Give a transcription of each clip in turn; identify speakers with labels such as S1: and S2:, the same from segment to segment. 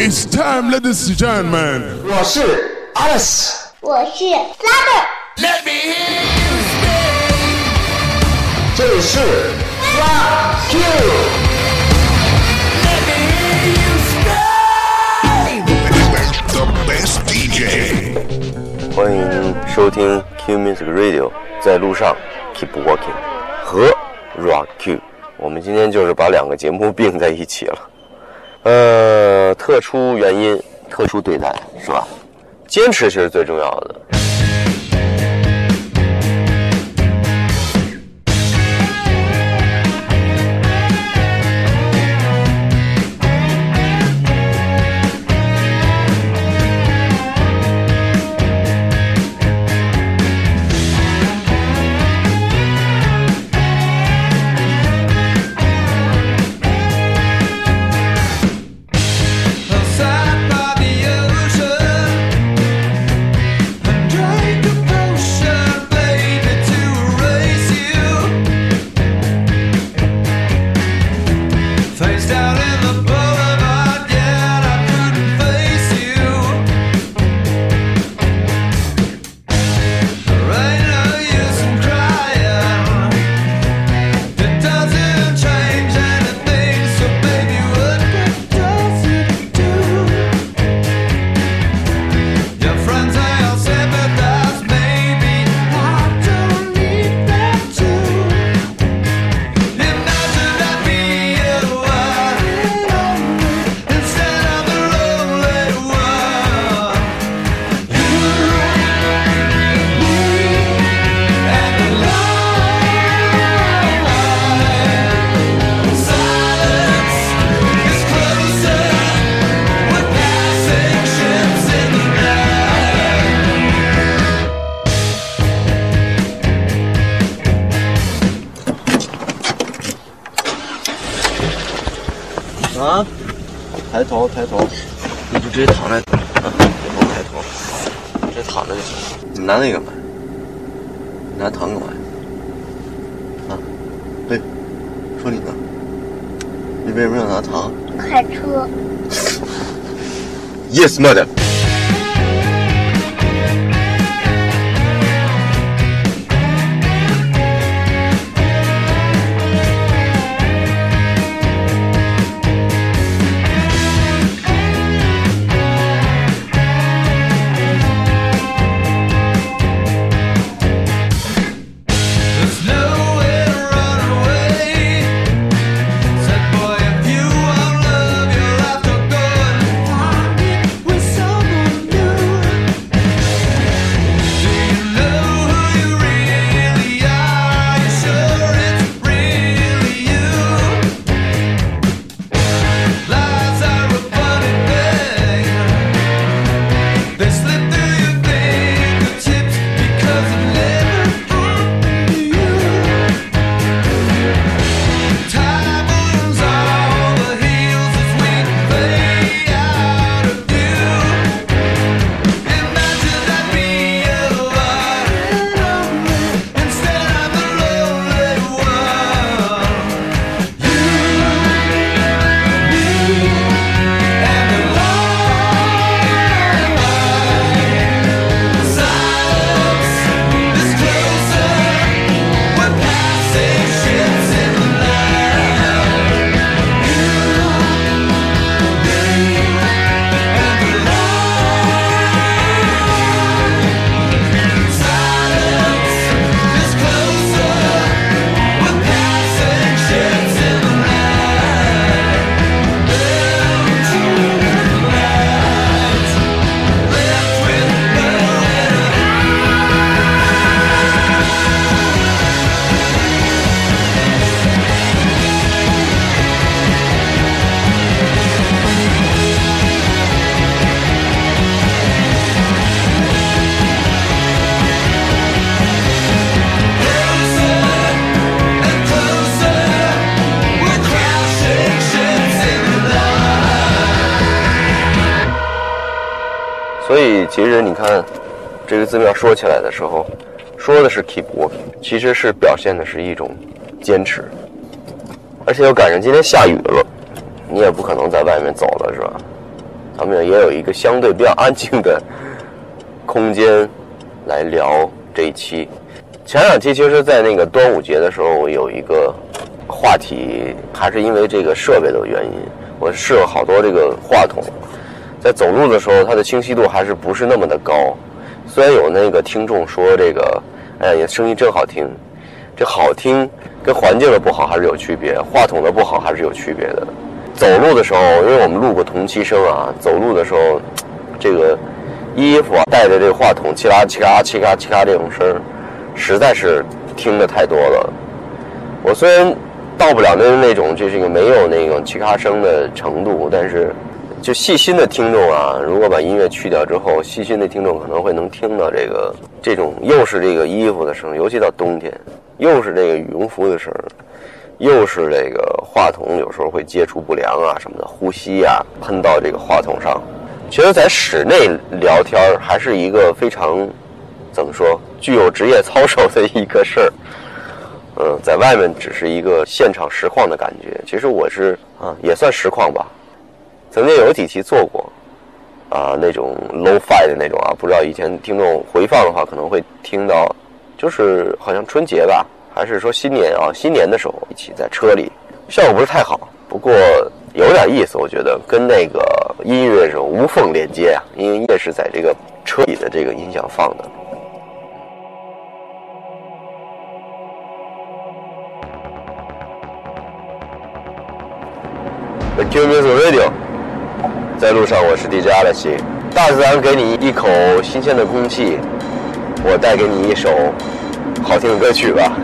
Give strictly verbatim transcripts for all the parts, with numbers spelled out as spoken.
S1: It's time, ladies and gentlemen.
S2: 我是 Alice，
S3: 我是 Flutter。
S1: Let me hear you say.
S2: 这里是 Rock You。Let
S1: me hear you say. The best D J.
S4: 欢迎收听 Q Music Radio， 在路上 Keep Walking 和 Rock You。我们今天就是把两个节目并在一起了。呃，特殊原因，特殊对待，是吧？坚持是最重要的。啊！抬头，抬头，你就直接躺那啊！别光抬头，直接躺着就行。你拿那个干嘛？你拿糖干嘛？啊？嘿，说你呢？你为什么要拿糖？
S3: 开车。
S4: Yes, mother. 所以其实你看这个字面说起来的时候，说的是 keep walking， 其实是表现的是一种坚持。而且又赶上今天下雨了，你也不可能在外面走了，是吧？ 咱们也有一个相对比较安静的空间来聊这一期。前两期其实在那个端午节的时候有一个话题，还是因为这个设备的原因，我试了好多这个话筒，在走路的时候它的清晰度还是不是那么的高。虽然有那个听众说这个哎呀声音真好听，这好听跟环境的不好还是有区别，话筒的不好还是有区别的。走路的时候，因为我们录过同期声啊，走路的时候这个衣服啊带着这个话筒嘁啦嘁啦嘁啦嘁啦这种声实在是听得太多了。我虽然到不了那那种就是个没有那种嘁咔声的程度，但是就细心的听众啊，如果把音乐去掉之后，细心的听众可能会能听到这个这种又是这个衣服的声，尤其到冬天，又是这个羽绒服的声，又是这个话筒有时候会接触不良啊什么的，呼吸啊喷到这个话筒上。其实在室内聊天还是一个非常怎么说具有职业操守的一个事儿。嗯，在外面只是一个现场实况的感觉，其实我是啊也算实况吧。曾经有几期做过啊那种 low-fi 的那种啊，不知道以前听众回放的话可能会听到，就是好像春节吧，还是说新年啊新年的时候一起在车里，效果不是太好，不过有点意思，我觉得跟那个音乐是无缝连接啊，因为音乐是在这个车里的这个音响放的。Q Music Radio， 在路上，我是 D J 阿拉西。大自然给你一口新鲜的空气，我带给你一首好听的歌曲吧。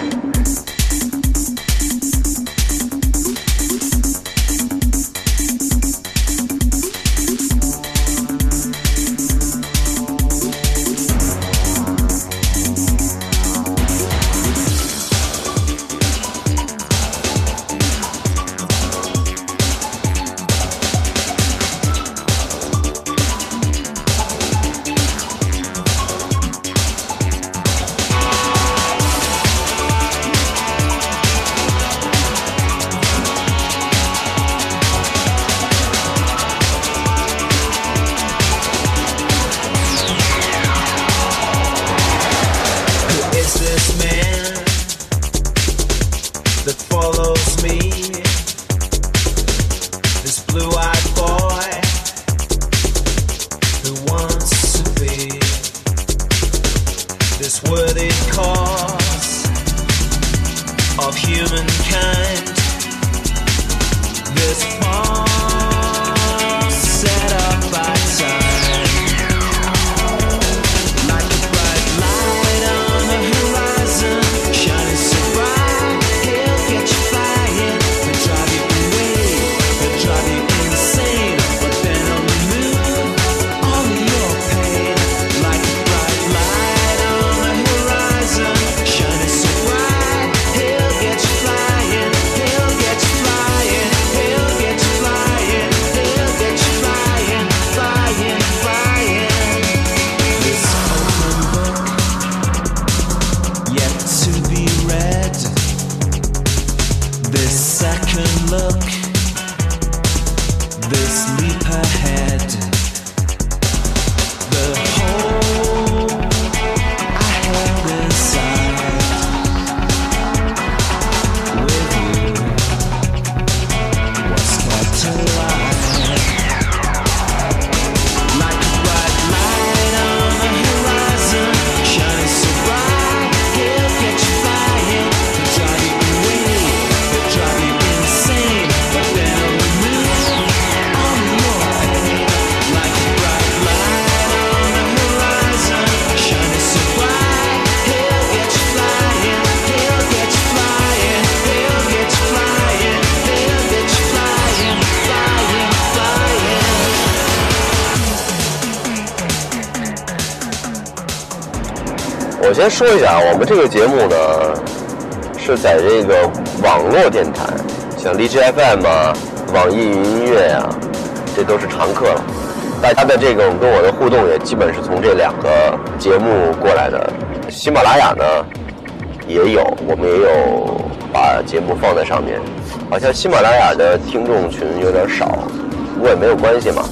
S4: 我先说一下，我们这个节目呢是在这个网络电台，像荔枝 F M 啊、网易云音乐啊，这都是常客了。大家的这个跟我的互动也基本是从这两个节目过来的。喜马拉雅呢也有，我们也有把节目放在上面。好像喜马拉雅的听众群有点少，不过也没有关系嘛。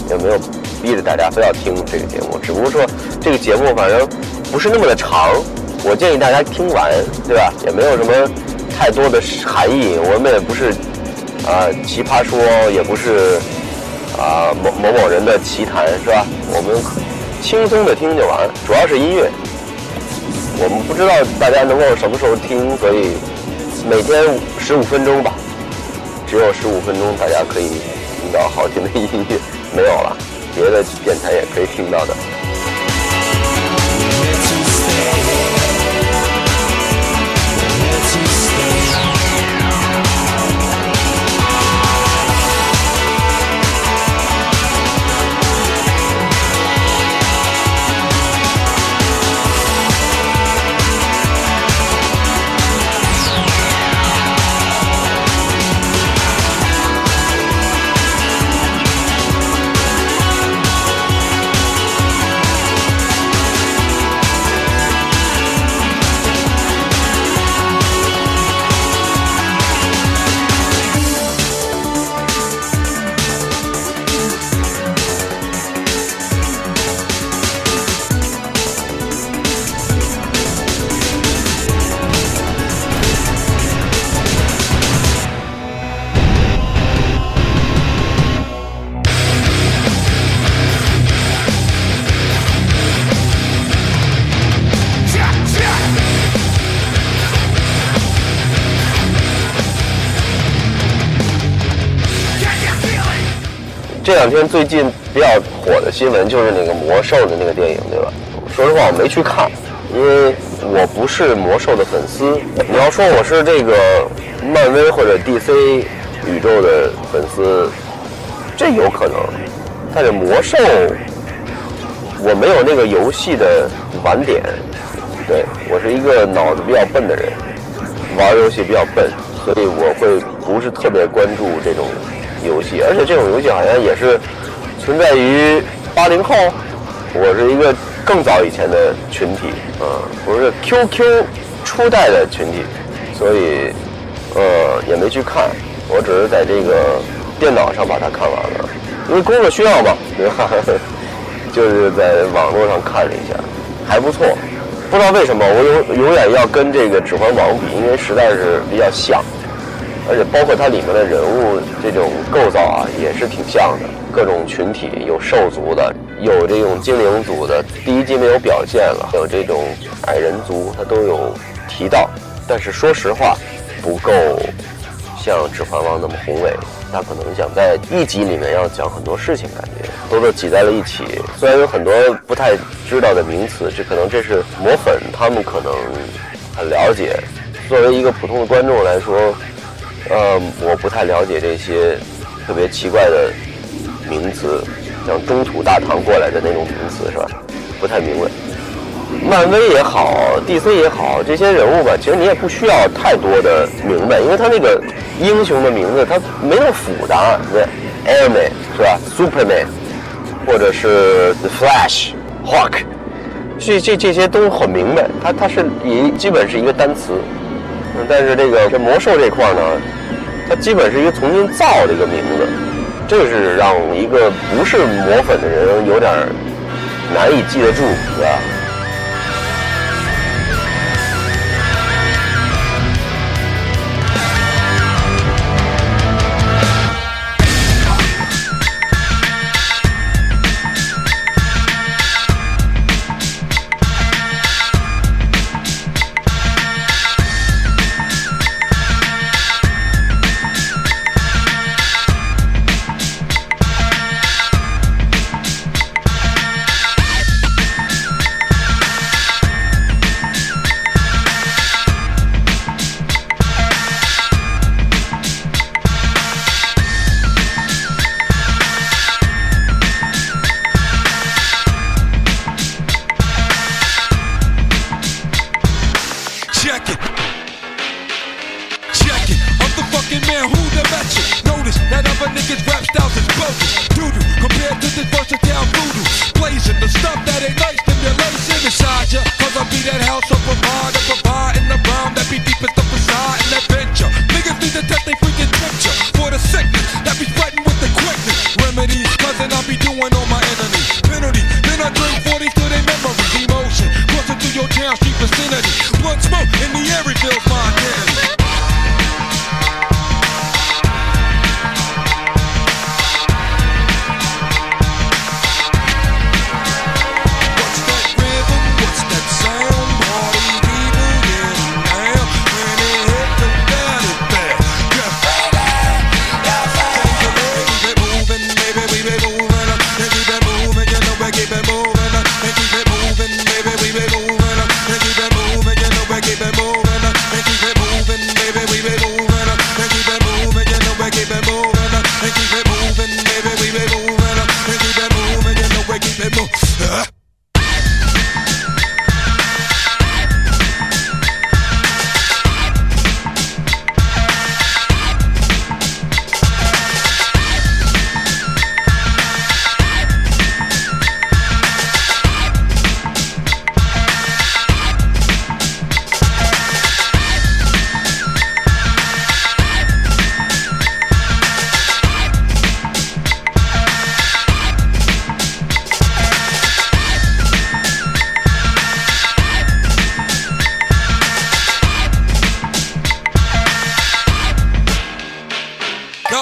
S4: 也没有逼着大家非要听这个节目，只不过说这个节目反正不是那么的长，我建议大家听完，对吧？也没有什么太多的含义，我们也不是啊、呃、奇葩说，也不是啊、呃、某某某人的奇谈，是吧？我们轻松的听就完，主要是音乐。我们不知道大家能够什么时候听，所以每天十五分钟吧，只有十五分钟，大家可以听到好听的音乐，没有了，别的电台也可以听到的。这两天最近比较火的新闻就是那个魔兽的那个电影，对吧？说实话我没去看，因为我不是魔兽的粉丝。你要说我是这个漫威或者 D C 宇宙的粉丝，这有可能。但是魔兽我没有那个游戏的玩点，对，我是一个脑子比较笨的人，玩游戏比较笨，所以我会不是特别关注这种游戏，而且这种游戏好像也是存在于八零后，我是一个更早以前的群体，嗯，我是 Q Q 初代的群体，所以呃也没去看，我只是在这个电脑上把它看完了，因为工作需要嘛，对吧？就是在网络上看了一下，还不错。不知道为什么我永永远要跟这个《指环王》比，因为实在是比较像。而且包括它里面的人物这种构造啊，也是挺像的。各种群体，有兽族的，有这种精灵族的，第一季没有表现了，有这种矮人族，它都有提到。但是说实话，不够像《指环王》那么宏伟。它可能想在一集里面要讲很多事情，感觉都都挤在了一起。虽然有很多不太知道的名词，这可能这是魔粉他们可能很了解。作为一个普通的观众来说，呃，我不太了解这些特别奇怪的名词，像中土大唐过来的那种名词是吧？不太明白。漫威也好 ，D C 也好，这些人物吧，其实你也不需要太多的明白，因为他那个英雄的名字他没那么复杂，对 ，Airman 是吧 ？Superman， 或者是 The Flash、Hawk， 这这这些都很明白，它它是也基本是一个单词。但是这个这魔兽这块呢，它基本是一个重新造的一个名字，这是让一个不是魔粉的人有点难以记得住，是吧？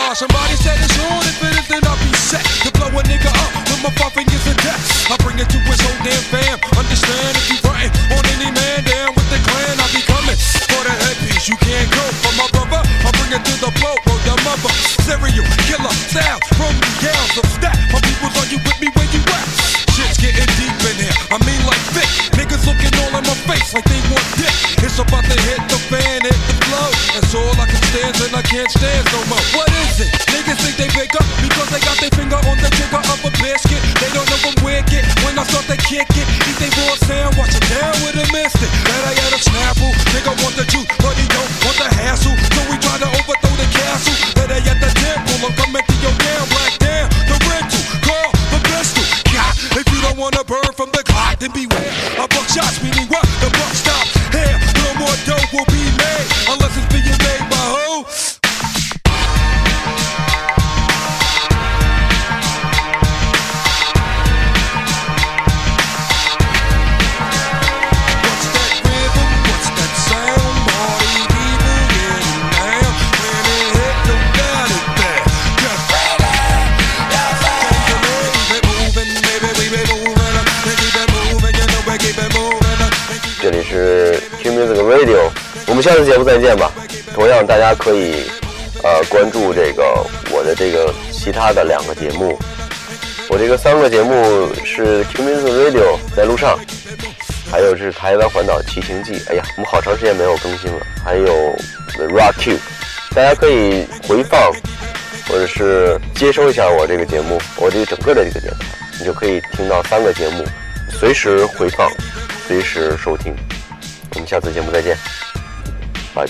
S5: Uh, somebody said it's on, if it isn't, I'll be set to blow a nigga up with my five fingers of death. I bring it to his whole damn fam. Understand if you frontin' on any man down with the clan, I'll be coming for the headpiece. You can't go for my brother. I bring it to the blow, roll your mother. Serial killer sound from the yells of stat. My peoples, are you with me where you at? Shit's getting deep in here. I mean like thick. Niggas looking all in my face like they want dick. It's about to hit the fan, hit the flow. That's all I can stand and I can't stand no more. What is it? Niggas think they bigger because they got their finger on the trigger of a biscuit. They don't know I'm wicked. When I start to kick it, eat they raw sound, watch it down with a mystic. That I got a snapple. Nigga want the juice, but he don't want the hassle. So we try to overthrow the castle. That I at the temple, I'm coming to your damn black down. The rental, call the pistol. God, if you don't wanna burn from the clock, then beware. A buckshot's meaning what? The buck stops here. No more dough will be made unless it's being made by who?
S4: 这里是 Q Music Radio， 我们下次节目再见吧。同样，大家可以呃关注这个我的这个其他的两个节目。我这个三个节目是 Q Music Radio 在路上，还有是台湾环岛骑行记。哎呀，我们好长时间没有更新了。还有 Rock Q， 大家可以回放或者是接收一下我这个节目，我这个整个的这个电台，你就可以听到三个节目，随时回放。随时收听，我们下次节目再见，拜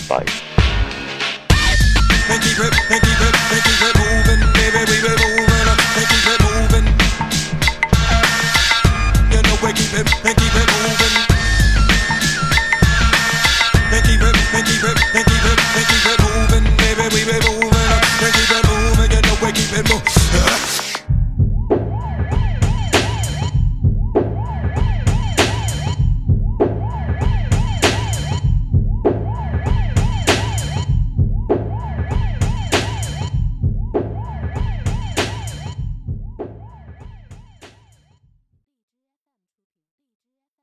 S4: 拜。keep it,